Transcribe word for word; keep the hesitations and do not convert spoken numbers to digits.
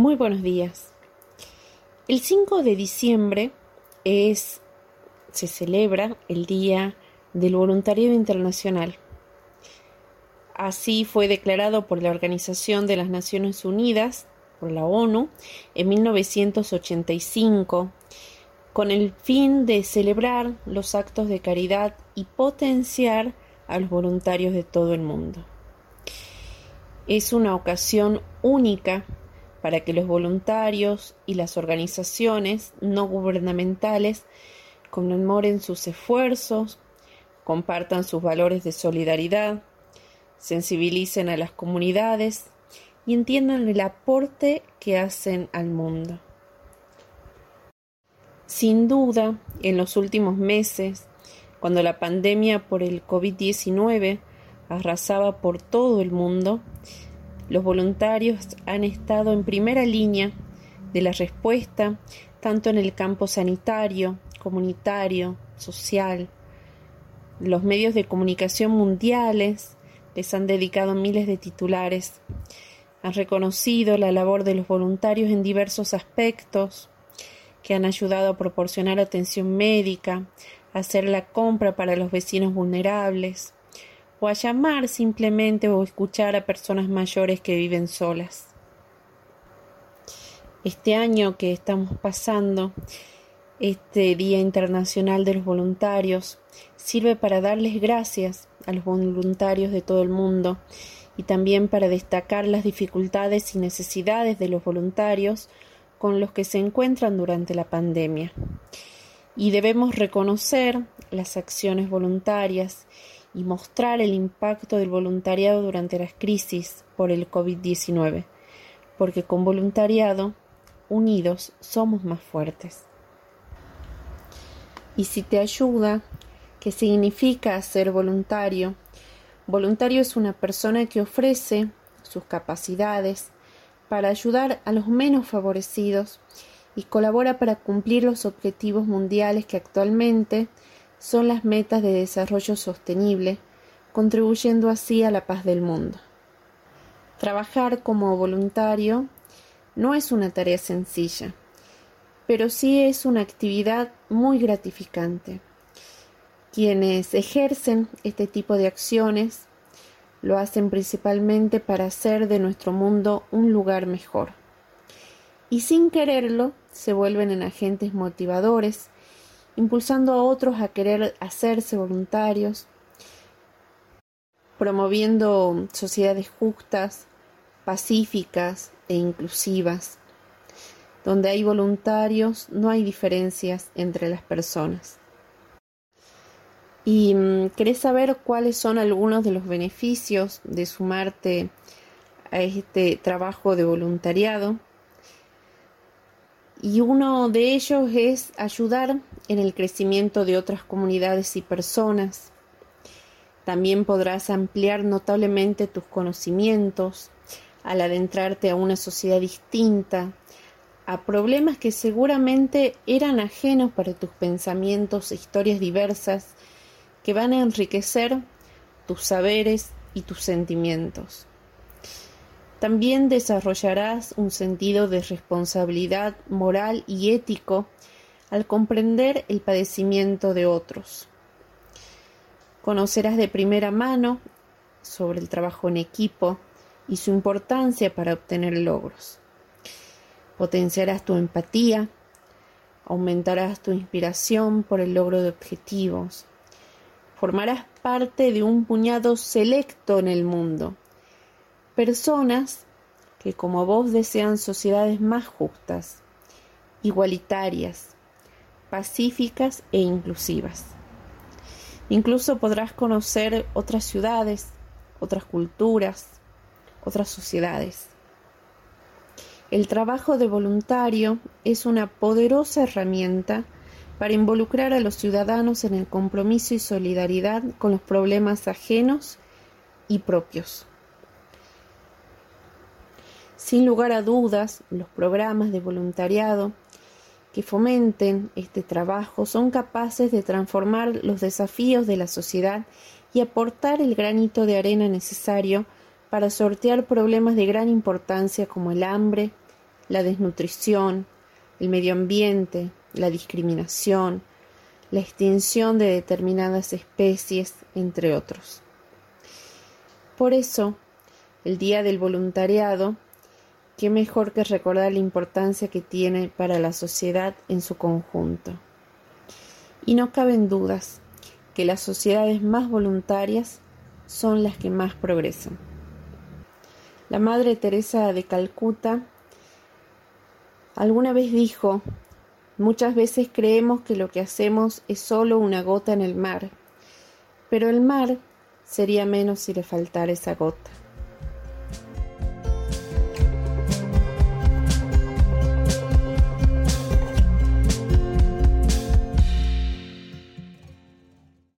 Muy buenos días. El cinco de diciembre es, se celebra el Día del Voluntariado Internacional. Así fue declarado por la Organización de las Naciones Unidas, por la ONU, en mil novecientos ochenta y cinco, con el fin de celebrar los actos de caridad y potenciar a los voluntarios de todo el mundo. Es una ocasión única para que los voluntarios y las organizaciones no gubernamentales conmemoren sus esfuerzos, compartan sus valores de solidaridad, sensibilicen a las comunidades y entiendan el aporte que hacen al mundo. Sin duda, en los últimos meses, cuando la pandemia por el covid diecinueve arrasaba por todo el mundo, los voluntarios han estado en primera línea de la respuesta, tanto en el campo sanitario, comunitario, social. Los medios de comunicación mundiales les han dedicado miles de titulares. Han reconocido la labor de los voluntarios en diversos aspectos, que han ayudado a proporcionar atención médica, a hacer la compra para los vecinos vulnerables, o a llamar simplemente o escuchar a personas mayores que viven solas. Este año que estamos pasando, este Día Internacional de los Voluntarios, sirve para darles gracias a los voluntarios de todo el mundo y también para destacar las dificultades y necesidades de los voluntarios con los que se encuentran durante la pandemia. Y debemos reconocer las acciones voluntarias y mostrar el impacto del voluntariado durante las crisis por el covid diecinueve, porque con voluntariado, unidos, somos más fuertes. Y si te ayuda, ¿qué significa ser voluntario? Voluntario es una persona que ofrece sus capacidades para ayudar a los menos favorecidos y colabora para cumplir los objetivos mundiales que actualmente son las metas de desarrollo sostenible, contribuyendo así a la paz del mundo. Trabajar como voluntario no es una tarea sencilla, pero sí es una actividad muy gratificante. Quienes ejercen este tipo de acciones lo hacen principalmente para hacer de nuestro mundo un lugar mejor. Y sin quererlo, se vuelven en agentes motivadores, impulsando a otros a querer hacerse voluntarios, promoviendo sociedades justas, pacíficas e inclusivas. Donde hay voluntarios, no hay diferencias entre las personas. ¿Y querés saber cuáles son algunos de los beneficios de sumarte a este trabajo de voluntariado? Y uno de ellos es ayudar en el crecimiento de otras comunidades y personas. También podrás ampliar notablemente tus conocimientos al adentrarte a una sociedad distinta, a problemas que seguramente eran ajenos para tus pensamientos e historias diversas que van a enriquecer tus saberes y tus sentimientos. También desarrollarás un sentido de responsabilidad moral y ético al comprender el padecimiento de otros. Conocerás de primera mano sobre el trabajo en equipo y su importancia para obtener logros. Potenciarás tu empatía, aumentarás tu inspiración por el logro de objetivos. Formarás parte de un puñado selecto en el mundo. Personas que como vos desean sociedades más justas, igualitarias, pacíficas e inclusivas. Incluso podrás conocer otras ciudades, otras culturas, otras sociedades. El trabajo de voluntario es una poderosa herramienta para involucrar a los ciudadanos en el compromiso y solidaridad con los problemas ajenos y propios. Sin lugar a dudas, los programas de voluntariado que fomenten este trabajo son capaces de transformar los desafíos de la sociedad y aportar el granito de arena necesario para sortear problemas de gran importancia como el hambre, la desnutrición, el medio ambiente, la discriminación, la extinción de determinadas especies, entre otros. Por eso, el Día del Voluntariado, qué mejor que recordar la importancia que tiene para la sociedad en su conjunto. Y no caben dudas que las sociedades más voluntarias son las que más progresan. La Madre Teresa de Calcuta alguna vez dijo: muchas veces creemos que lo que hacemos es solo una gota en el mar, pero el mar sería menos si le faltara esa gota.